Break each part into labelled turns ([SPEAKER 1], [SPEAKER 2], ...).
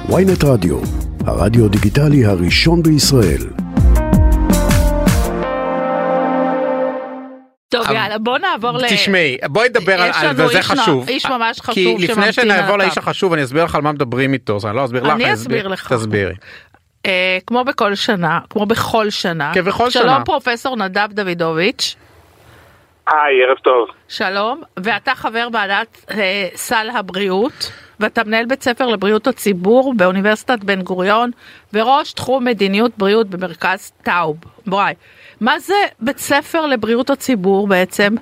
[SPEAKER 1] ynet רדיו, הרדיו דיגיטלי הראשון בישראל.
[SPEAKER 2] טוב, יאללה, בוא נעבור
[SPEAKER 3] תשמעי, בואי נדבר על זה, זה חשוב.
[SPEAKER 2] איש ממש חשוב
[SPEAKER 3] כי לפני שנעבור לאיש החשוב, אני אסביר לך על מה מדברים איתו, אני לא אסביר לך,
[SPEAKER 2] אני אסביר לך.
[SPEAKER 3] תסבירי.
[SPEAKER 2] כמו בכל שנה, כמו בכל שנה. שלום פרופסור נדב דוידוביץ'.
[SPEAKER 4] היי, ערב טוב.
[SPEAKER 2] שלום, ואתה חבר ועדת סל הבריאות, ואתה מנהל בית ספר לבריאות הציבור באוניברסיטת בן גוריון, וראש תחום מדיניות בריאות במרכז טאוב. בואי, מה זה בית ספר לבריאות הציבור בעצם?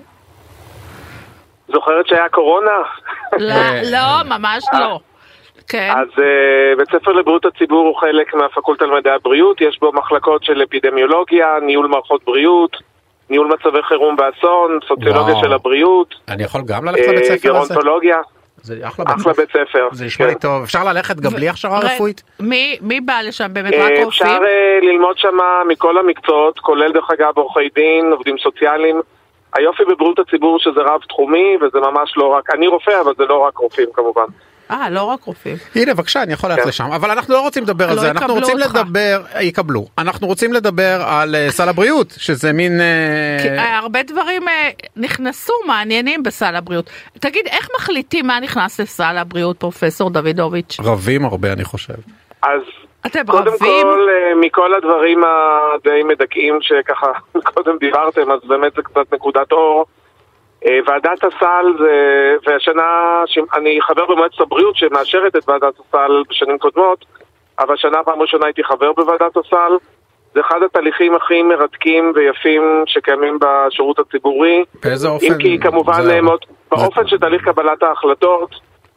[SPEAKER 4] זוכרת שהיה קורונה?
[SPEAKER 2] לא, ממש לא. כן.
[SPEAKER 4] אז בית ספר לבריאות הציבור הוא חלק מהפקולטה למדעי הבריאות, יש בו מחלקות של אפידמיולוגיה, ניהול מערכות בריאות, ניהול מצבי חירום ואסון, סוציולוגיה של הבריאות.
[SPEAKER 3] אני יכול גם ללכת לבית ספר הזה?
[SPEAKER 4] גרונטולוגיה.
[SPEAKER 3] זה
[SPEAKER 4] אחלה בית ספר.
[SPEAKER 3] זה נשמע לי טוב. אפשר ללכת גם בלי הכשרה רפואית?
[SPEAKER 2] מי בא לשם? באמת רק רופאים?
[SPEAKER 4] אפשר ללמוד שם מכל המקצועות, כולל דרך אגב עורכי דין, עובדים סוציאליים. היופי בבריאות הציבור שזה רב תחומי, וזה ממש לא רק, אני רופא, אבל זה לא רק רופאים כמובן.
[SPEAKER 2] לא רק רופאים.
[SPEAKER 3] הנה, בבקשה, אני יכול ללכת לשם. אבל אנחנו לא רוצים לדבר על זה. אנחנו רוצים לדבר, יקבלו. אנחנו רוצים לדבר על סל הבריאות, שזה מין...
[SPEAKER 2] הרבה דברים נכנסו מעניינים בסל הבריאות. תגיד, איך מחליטים מה נכנס לסל הבריאות, פרופסור דוידוביץ'?
[SPEAKER 3] רבים הרבה, אני חושב.
[SPEAKER 4] אז
[SPEAKER 2] קודם
[SPEAKER 4] כל, מכל הדברים הדי מדכאים שככה קודם דיברתם, אז באמת זה קצת נקודת אור. ועדת הסל, והשנה אני חבר במועצת הבריאות שמאשרת את ועדת הסל בשנים קודמות, אבל שנה פעם ראשונה הייתי חבר בוועדת הסל. זה אחד התהליכים הכי מרתקים ויפים שקיימים בשירות הציבורי.
[SPEAKER 3] באיזה אופן?
[SPEAKER 4] אם כי כמובן באופן של תהליך קבלת ההחלטות.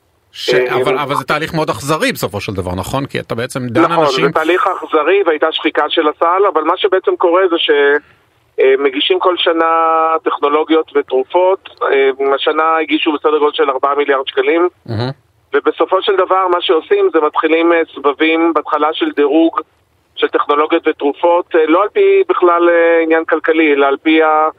[SPEAKER 3] אבל זה תהליך מאוד אכזרי בסופו של דבר, נכון? כי אתה בעצם דן אנשים...
[SPEAKER 4] נכון, זה תהליך אכזרי והייתה שחיקה של הסל, אבל מה שבעצם קורה זה מגישים כל שנה טכנולוגיות וטרופות. השנה הגישו בסדר גודל של 4 מיליארד שקלים, ובסופו של דבר מה שעושים זה מתחילים סבבים בהתחלה של דירוג של טכנולוגיות וטרופות, לא על פי בכלל עניין כלכלי, אלא על פי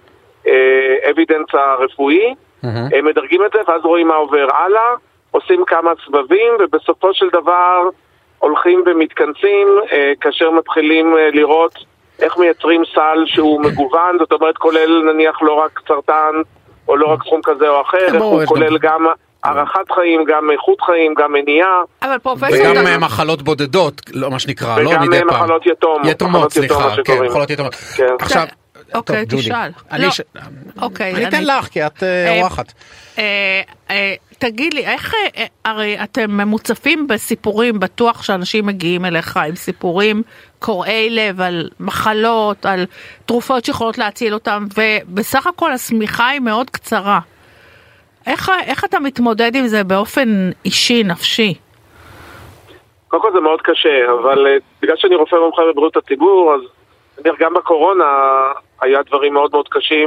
[SPEAKER 4] האבידנס הרפואי. הם מדרגים את זה ואז רואים מה עובר הלאה, עושים כמה סבבים, ובסופו של דבר הולכים ומתכנסים כאשר מתחילים לראות איך מייצרים סל שהוא מגוון, זאת אומרת כולל נניח לא רק סרטן או לא רק סכום כזה או אחר, הוא כולל גם הערכת חיים, גם איכות חיים, גם מניעה.
[SPEAKER 3] וגם מחלות בודדות, לא מה שנקרא, לא מדי פעם.
[SPEAKER 4] וגם מחלות
[SPEAKER 3] יתומות, סליחה, כן, מחלות יתומות. עכשיו,
[SPEAKER 2] אוקיי, תשאל.
[SPEAKER 3] אני אתן לך, כי את אורחת.
[SPEAKER 2] תגיד לי, איך, הרי אתם ממוצפים בסיפורים, בטוח שאנשים מגיעים אליך עם סיפורים קוראי לב על מחלות, על תרופות שיכולות להציל אותם, ובסך הכל הסמיכה היא מאוד קצרה. איך אתה מתמודד עם זה באופן אישי, נפשי?
[SPEAKER 4] קודם כל זה מאוד קשה, אבל בגלל שאני רופא מומחה בבריאות הציבור, אז גם בקורונה היה דברים מאוד מאוד קשים,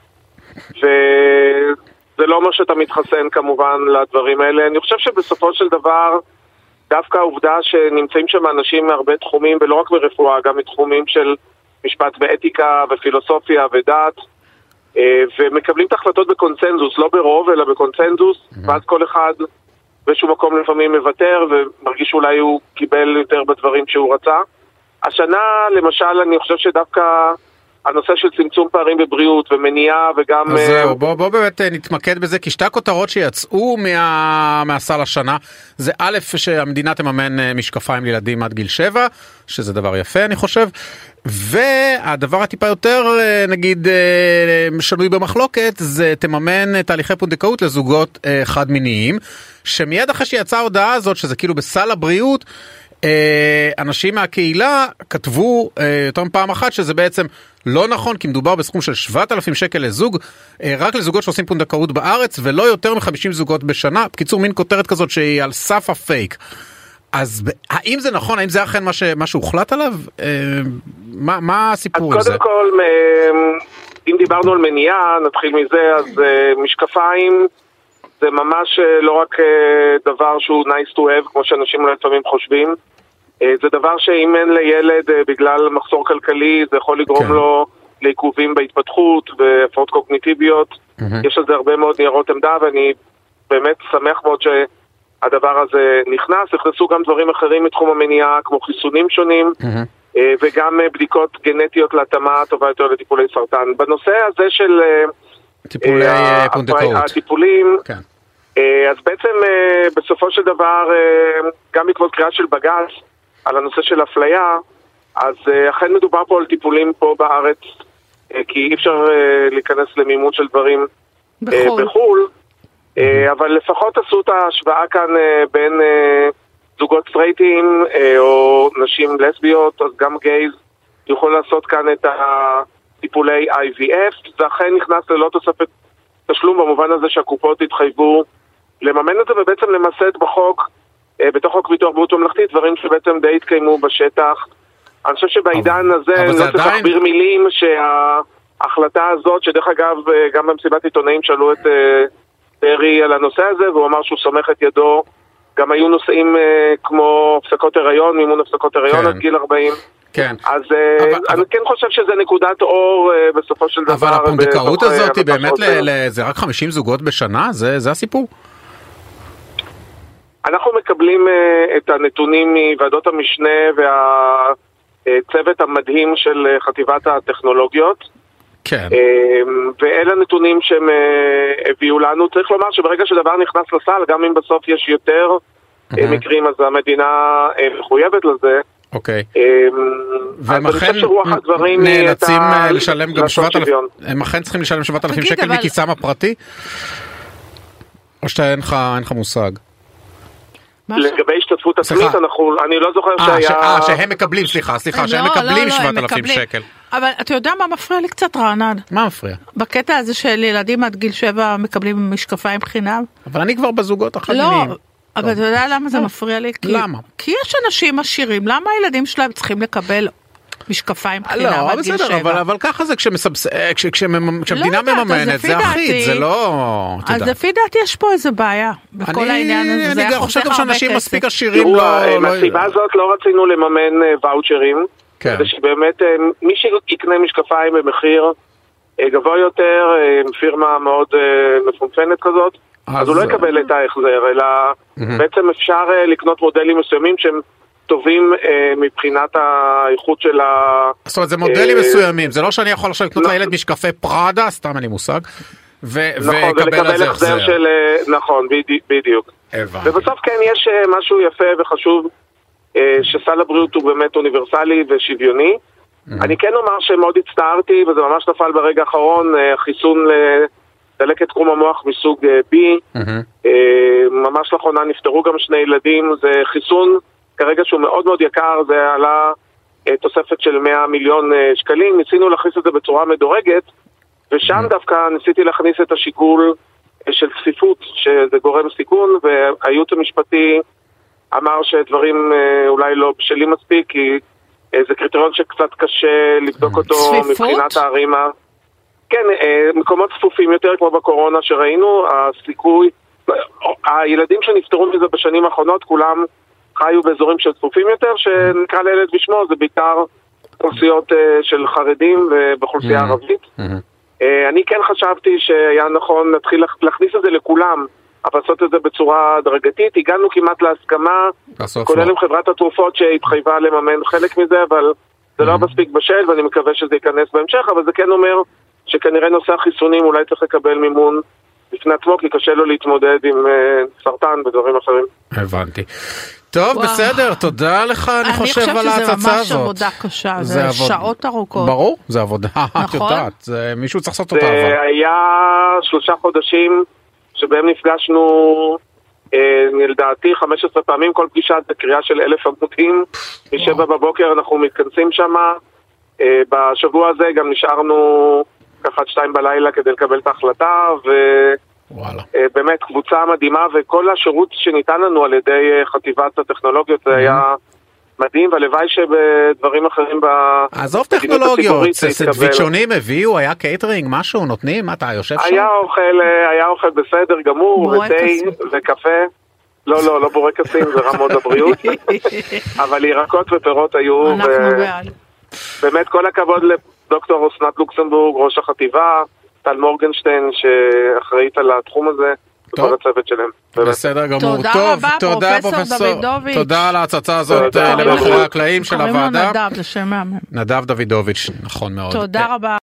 [SPEAKER 4] וזה לא אומר שאתה מתחסן כמובן לדברים האלה. אני חושב שבסופו של דבר, דווקא העובדה שנמצאים שם אנשים מהרבה תחומים, ולא רק ברפואה, גם מתחומים של משפט ואתיקה ופילוסופיה ודת, ומקבלים את ההחלטות בקונצנזוס, לא ברוב אלא בקונצנזוס, ואז כל אחד באיזשהו מקום לפעמים מוותר ומרגיש אולי הוא קיבל יותר בדברים שהוא רצה. השנה למשל אני חושב שדווקא הנושא של צמצום פערים בבריאות ומניעה וגם...
[SPEAKER 3] אז זהו, בוא באמת נתמקד בזה, כי שתי הכותרות שיצאו מהסל השנה, זה א' שהמדינה תממן משקפיים לילדים עד גיל 7, שזה דבר יפה אני חושב, והדבר הטיפה יותר נגיד שנוי במחלוקת, זה תממן תהליכי פונדקאות לזוגות חד מיניים, שמיד אחרי שיצאה ההודעה הזאת, שזה כאילו בסל הבריאות, אנשים מהקהילה כתבו יותר פעם אחת שזה בעצם לא נכון, כי מדובר בסכום של 7,000 שקל לזוג, רק לזוגות שעושים פונדקאות בארץ, ולא יותר מ-50 זוגות בשנה. בקיצור, מין כותרת כזאת שהיא על סף הפייק. אז האם זה נכון? האם זה אכן מה שהוחלט עליו? מה הסיפור הזה?
[SPEAKER 4] אז קודם כל, אם דיברנו על מניעה, נתחיל מזה, אז משקפיים זה ממש לא רק דבר שהוא nice to have, כמו שאנשים אולי לפעמים חושבים. זה דבר שאם אין לילד בגלל מחסור כלכלי, זה יכול לגרום לו לעיכובים בהתפתחות והפרעות קוגניטיביות. יש על זה הרבה מאוד ניירות עמדה, ואני באמת שמח מאוד הדבר הזה נכנסו גם דברים אחרים מתחום המניעה, כמו חיסונים שונים, וגם בדיקות גנטיות להתאמה טובה יותר לטיפולי סרטן. בנושא הזה של
[SPEAKER 3] טיפולי פונדקאות.
[SPEAKER 4] הטיפולים, אז בעצם בסופו של דבר, גם בעקבות קריאה של בג"ץ על הנושא של אפליה, אז אכן מדובר פה על טיפולים פה בארץ, כי אי אפשר להיכנס למימון של דברים בחול, אבל לפחות עשו את ההשוואה כאן בין זוגות סטרייטים או נשים לסביות, אז גם גייז יוכלו לעשות כאן את הטיפולי IVF, זה אכן נכנס ללא תוספת תשלום במובן הזה שהקופות התחייבו לממן את זה, ובעצם למסד בחוק, בתוך חוק ביטוח בריאות ממלכתי, דברים שבעצם די התקיימו בשטח. אני חושב שבעידן הזה לא צריך להכביר מילים שההחלטה הזאת, שדרך אגב גם במסיבת עיתונאים שאלו את דרעי על הנושא הזה, והוא אמר שהוא סומך את ידו, גם היו נושאים כמו הפסקות הריון, מימון הפסקות הריון עד גיל 40.
[SPEAKER 3] כן.
[SPEAKER 4] אז אני כן חושב שזה נקודת אור בסופו של דבר.
[SPEAKER 3] אבל הפונדקאות הזאת היא באמת, זה רק 50 זוגות בשנה? זה הסיפור?
[SPEAKER 4] אנחנו מקבלים את הנתונים מוועדות המשנה והצוות המדהים של חטיבת הטכנולוגיות.
[SPEAKER 3] כן.
[SPEAKER 4] ואלה נתונים שהם הביאו לנו. צריך לומר שברגע שדבר נכנס לסל, גם אם בסוף יש יותר מקרים, אז המדינה מחויבת לזה.
[SPEAKER 3] אוקיי.
[SPEAKER 4] והם אכן
[SPEAKER 3] נאלצים לשלם גם 7,000, הם אכן צריכים לשלם 7,000 שקל מכיסם הפרטי? או שאין לך מושג?
[SPEAKER 4] לגבי השתתפות עצמית, אני לא זוכר שהיה...
[SPEAKER 3] שהם מקבלים, סליחה, שהם מקבלים 7,000 שקל.
[SPEAKER 2] אבל אתה יודע מה מפריע לי קצת, רענן?
[SPEAKER 3] מה מפריע?
[SPEAKER 2] בקטע הזה של ילדים עד גיל 7 מקבלים משקפיים חינם.
[SPEAKER 3] אבל אני כבר בזוגות החד-מיניים.
[SPEAKER 2] לא, אבל אתה יודע למה זה מפריע לי?
[SPEAKER 3] למה?
[SPEAKER 2] כי יש אנשים עשירים, למה הילדים שלהם צריכים לקבל משקפיים חינם עד גיל 7?
[SPEAKER 3] אבל ככה זה כשהמדינה מממנת, זה אחיד, זה לא...
[SPEAKER 2] אז לפי דעתי יש פה איזה בעיה בכל העניין הזה.
[SPEAKER 3] אני חושב גם שאנשים מספיק עשירים
[SPEAKER 4] מהסיבה הזאת לא רצינו לממן ואוצ'רים, כדי שבאמת מי שיקנה משקפיים במחיר גבוה יותר, פירמה מאוד מפונפנת כזאת, אז הוא לא יקבל את ההחזר, אלא בעצם אפשר לקנות מודלים מסוימים שהם טובים מבחינת האיכות של
[SPEAKER 3] זאת אומרת, זה מודלים מסוימים, זה לא שאני יכול עכשיו לקנות לילד משקפי פראדה, סתם אין לי מושג, ולקבל על זה החזר.
[SPEAKER 4] נכון, בדיוק. ובסוף כן יש משהו יפה וחשוב, שסל הבריאות הוא באמת אוניברסלי ושוויוני. אני כן אומר שמאוד הצטערתי, וזה ממש נפל ברגע האחרון, חיסון לדלקת קרום המוח מסוג B. ממש לאחרונה נפטרו גם 2 ילדים. זה חיסון כרגע שהוא מאוד מאוד יקר, זה עלה תוספת של 100 מיליון שקלים. ניסינו להכניס את זה בצורה מדורגת, ושם דווקא ניסיתי להכניס את השיקול של צפיפות, שזה גורם סיכון, והייעוץ המשפטי אמר שדברים אולי לא בשלים מספיק, כי זה קריטריון שקצת קשה לבדוק אותו מבחינת הערים. כן, מקומות צפופים יותר כמו בקורונה שראינו, הסיכוי, הילדים שנפטרו מזה בשנים האחרונות, כולם חיו באזורים של צפופים יותר, שנקרא לילד בשמו, זה בעיקר אוכלוסיות של חרדים ובאוכלוסייה ערבית. אני כן חשבתי שהיה נכון להתחיל להכניס את זה לכולם, אבל לעשות את זה בצורה הדרגתית. הגענו כמעט להסכמה, כולל עם חברת התרופות שהתחייבה לממן חלק מזה, אבל זה לא מספיק בשל, ואני מקווה שזה ייכנס בהמשך, אבל זה כן אומר שכנראה נושא החיסונים אולי צריך לקבל מימון לפני עצמו, כי קשה לו להתמודד עם סרטן ודברים אחרים.
[SPEAKER 3] הבנתי. טוב, בסדר, תודה לך, אני חושב על ההצצה הזאת.
[SPEAKER 2] אני חושב שזה ממש עבודה קשה, זה שעות ארוכות.
[SPEAKER 3] ברור, זה עבודה, את יודעת, מישהו צריך לעשות אותה.
[SPEAKER 4] היה 3 חודשים שבהם נפגשנו, לדעתי 15 פעמים, כל פגישה זה קריאה של 1,000 עמודים, מ-7 בבוקר אנחנו מתכנסים שם, בשבוע הזה גם נשארנו ככה עד 2 בלילה כדי לקבל את ההחלטה, ובאמת קבוצה מדהימה, וכל השירות שניתן לנו על ידי חטיבת הטכנולוגיות זה היה מדהים, והלוואי שבדברים אחרים
[SPEAKER 3] עזוב טכנולוגיות, סנדוויצ'ונים הביאו, היה קייטרינג, משהו, נותנים, מה אתה יושב שם?
[SPEAKER 4] היה אוכל בסדר גמור, ותה וקפה, לא בורקסים, זה רע מאוד לבריאות, אבל ירקות ופירות היו, באמת כל הכבוד לדוקטור אסנת לוקסמבורג, ראש החטיבה, טל מורגנשטיין שאחראית על התחום הזה, וכל הצוות שלהם.
[SPEAKER 3] בסדר גמור.
[SPEAKER 2] תודה
[SPEAKER 3] טוב,
[SPEAKER 2] רבה,
[SPEAKER 3] תודה
[SPEAKER 2] פרופסור דוידוביץ'.
[SPEAKER 3] תודה על ההצצה הזאת למאחורי הקלעים של הוועדה.
[SPEAKER 2] קוראים לו נדב, זה שם מהמם.
[SPEAKER 3] נדב דוידוביץ', נכון מאוד.
[SPEAKER 2] תודה רבה.